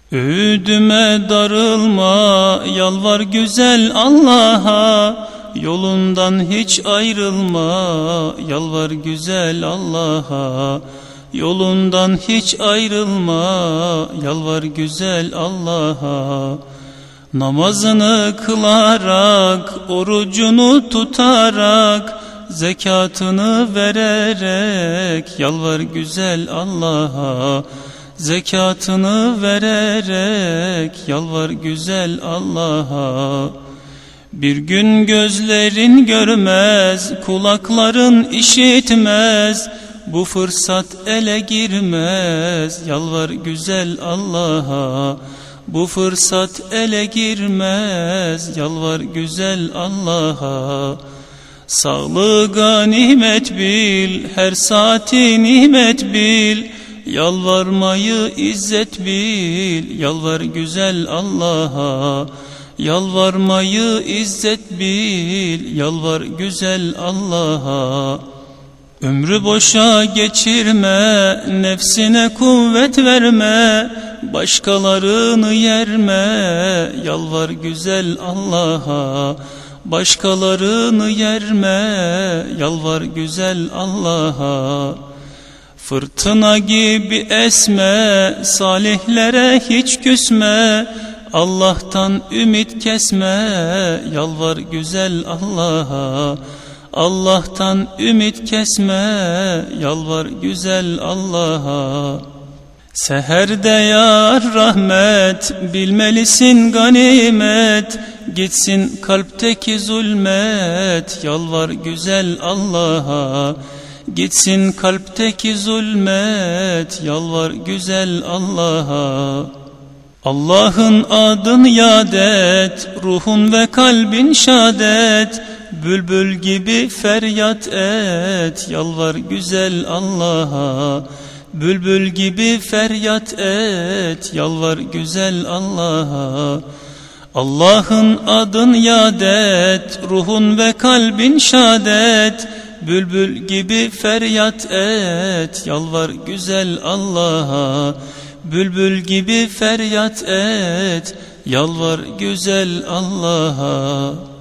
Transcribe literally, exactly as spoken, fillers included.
Öğüdüme darılma, yalvar güzel Allah'a. Yolundan hiç ayrılma, yalvar güzel Allah'a. Yolundan hiç ayrılma, yalvar güzel Allah'a. Namazını kılarak, orucunu tutarak, zekatını vererek, yalvar güzel Allah'a. Zekatını vererek, yalvar güzel Allah'a. Bir gün gözlerin görmez, kulakların işitmez, bu fırsat ele girmez, yalvar güzel Allah'a. Bu fırsat ele girmez, yalvar güzel Allah'a. Sağlığı ganimet bil, her saati nimet bil, yalvarmayı izzet bil, yalvar güzel Allah'a. Yalvarmayı izzet bil, yalvar güzel Allah'a. Ömrü boşa geçirme, nefsine kuvvet verme, başkalarını yerme, yalvar güzel Allah'a. Başkalarını yerme, yalvar güzel Allah'a. Fırtına gibi esme, salihlere hiç küsme, Allah'tan ümit kesme, yalvar güzel Allah'a. Allah'tan ümit kesme, yalvar güzel Allah'a. Seherde ya rahmet, bilmelisin ganimet, gitsin kalpteki zulmet, yalvar güzel Allah'a. Gitsin kalpteki zulmet, yalvar güzel Allah'a. Allah'ın adını yad et, ruhun ve kalbin şadet, bülbül gibi feryat et, yalvar güzel Allah'a. Bülbül gibi feryat et, yalvar güzel Allah'a. Allah'ın adını yad et, ruhun ve kalbin şadet, bülbül gibi feryat et, yalvar güzel Allah'a. Bülbül gibi feryat et, yalvar güzel Allah'a.